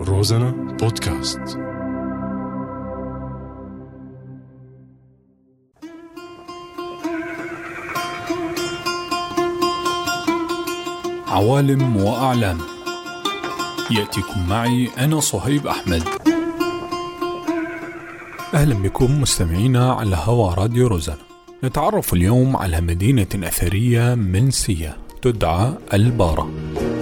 روزانا بودكاست. عوالم وأعلام، يأتيكم معي أنا صهيب أحمد. أهلا بكم مستمعينا على هوا راديو روزانا. نتعرف اليوم على مدينة أثرية منسية تدعى البارة.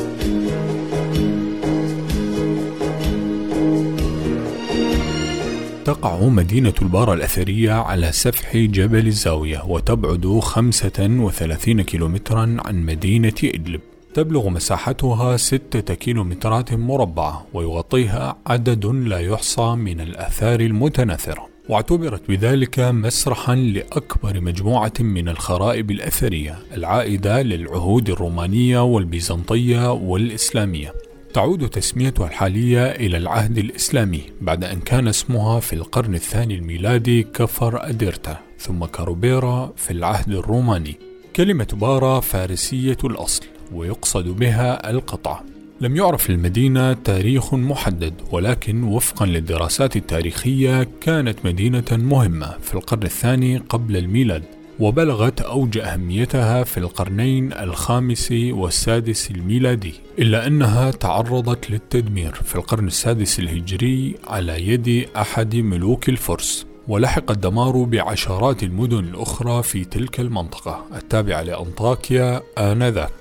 تقع مدينة البارة الأثرية على سفح جبل الزاوية، وتبعد 35 كيلومترا عن مدينة إدلب. تبلغ مساحتها 6 كيلومترات مربعة، ويغطيها عدد لا يحصى من الآثار المتناثرة، واعتبرت بذلك مسرحا لأكبر مجموعة من الخرائب الأثرية العائدة للعهود الرومانية والبيزنطية والإسلامية. تعود تسميتها الحالية إلى العهد الإسلامي، بعد أن كان اسمها في القرن الثاني الميلادي كفر أديرتا، ثم كاروبيرا في العهد الروماني. كلمة بارة فارسية الأصل، ويقصد بها القطعة. لم يعرف للمدينة تاريخ محدد، ولكن وفقا للدراسات التاريخية كانت مدينة مهمة في القرن الثاني قبل الميلاد، وبلغت أوج أهميتها في القرنين الخامس والسادس الميلادي، إلا أنها تعرضت للتدمير في القرن السادس الهجري على يد أحد ملوك الفرس، ولحق الدمار بعشرات المدن الأخرى في تلك المنطقة التابعة لأنطاكيا آنذاك.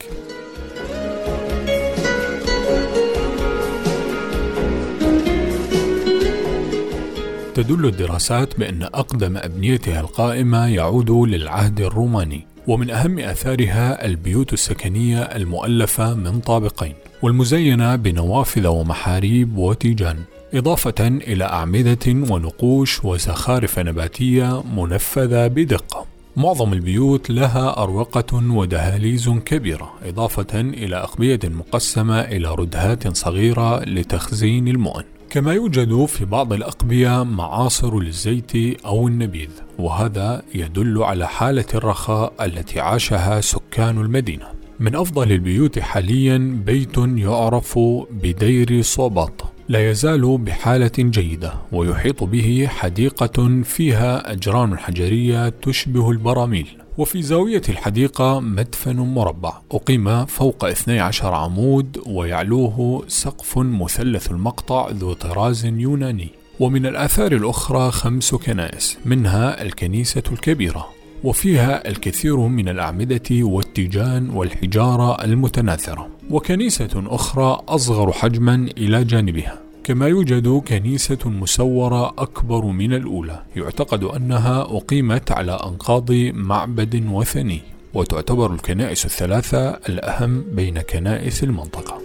تدل الدراسات بأن أقدم أبنيتها القائمة يعود للعهد الروماني، ومن أهم آثارها البيوت السكنية المؤلفة من طابقين، والمزينة بنوافذ ومحاريب وتيجان، إضافة إلى أعمدة ونقوش وزخارف نباتية منفذة بدقة. معظم البيوت لها أروقة ودهاليز كبيرة، إضافة إلى أقبية مقسمة إلى ردهات صغيرة لتخزين المؤن. كما يوجد في بعض الأقبية معاصر للزيت أو النبيذ، وهذا يدل على حالة الرخاء التي عاشها سكان المدينة. من أفضل البيوت حاليا بيت يعرف بدير صوباط، لا يزال بحالة جيدة، ويحيط به حديقة فيها أجران حجرية تشبه البراميل. وفي زاوية الحديقة مدفن مربع أقيم فوق 12 عمود، ويعلوه سقف مثلث المقطع ذو طراز يوناني. ومن الآثار الأخرى 5 كنائس، منها الكنيسة الكبيرة، وفيها الكثير من الأعمدة والتيجان والحجارة المتناثرة، وكنيسة أخرى أصغر حجما إلى جانبها. كما يوجد كنيسة مسورة أكبر من الأولى، يعتقد أنها أقيمت على أنقاض معبد وثني، وتعتبر الكنائس الثلاثة الأهم بين كنائس المنطقة.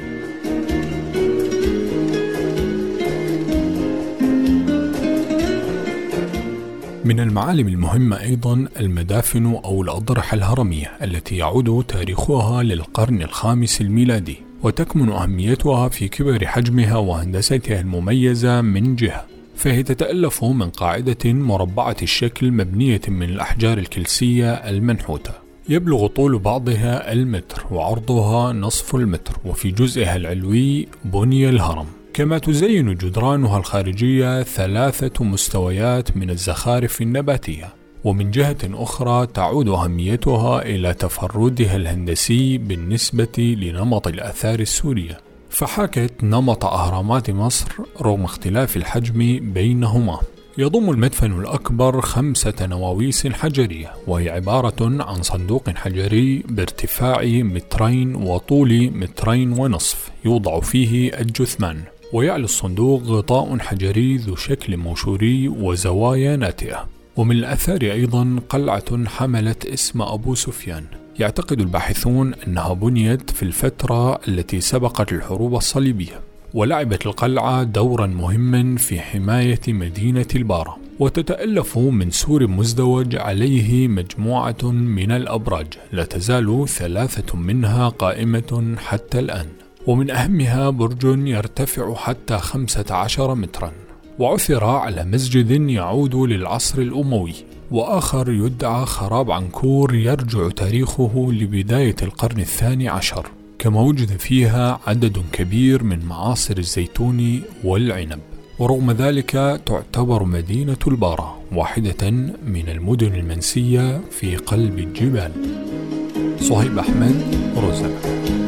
من المعالم المهمة أيضا المدافن أو الأضرحة الهرمية، التي يعود تاريخها للقرن الخامس الميلادي، وتكمن أهميتها في كبر حجمها وهندستها المميزة من جهة، فهي تتألف من قاعدة مربعة الشكل مبنية من الأحجار الكلسية المنحوتة، يبلغ طول بعضها المتر وعرضها نصف المتر، وفي جزئها العلوي بني الهرم. كما تزين جدرانها الخارجية 3 مستويات من الزخارف النباتية. ومن جهة أخرى تعود أهميتها إلى تفردها الهندسي بالنسبة لنمط الآثار السورية، فحاكت نمط أهرامات مصر رغم اختلاف الحجم بينهما. يضم المدفن الأكبر 5 نواويس حجرية، وهي عبارة عن صندوق حجري بارتفاع 2 وطول 2.5 يوضع فيه الجثمان، ويعلى الصندوق غطاء حجري ذو شكل موشوري وزوايا ناتئة. ومن الآثار أيضا قلعة حملت اسم أبو سفيان، يعتقد الباحثون أنها بنيت في الفترة التي سبقت الحروب الصليبية، ولعبت القلعة دورا مهما في حماية مدينة البارة، وتتألف من سور مزدوج عليه مجموعة من الأبراج، لا تزال 3 منها قائمة حتى الآن. ومن أهمها برج يرتفع حتى 15 مترا، وعثر على مسجد يعود للعصر الأموي، وآخر يدعى خراب عنكور يرجع تاريخه لبداية القرن الثاني عشر. كما وجد فيها عدد كبير من معاصر الزيتون والعنب. ورغم ذلك تعتبر مدينة البارة واحدة من المدن المنسية في قلب الجبال. صهيب أحمد، روزانا.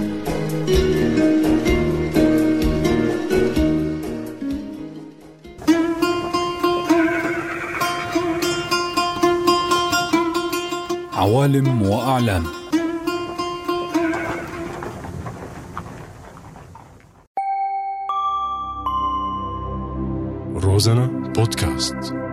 عوالم وأعلام. روزانا بودكاست.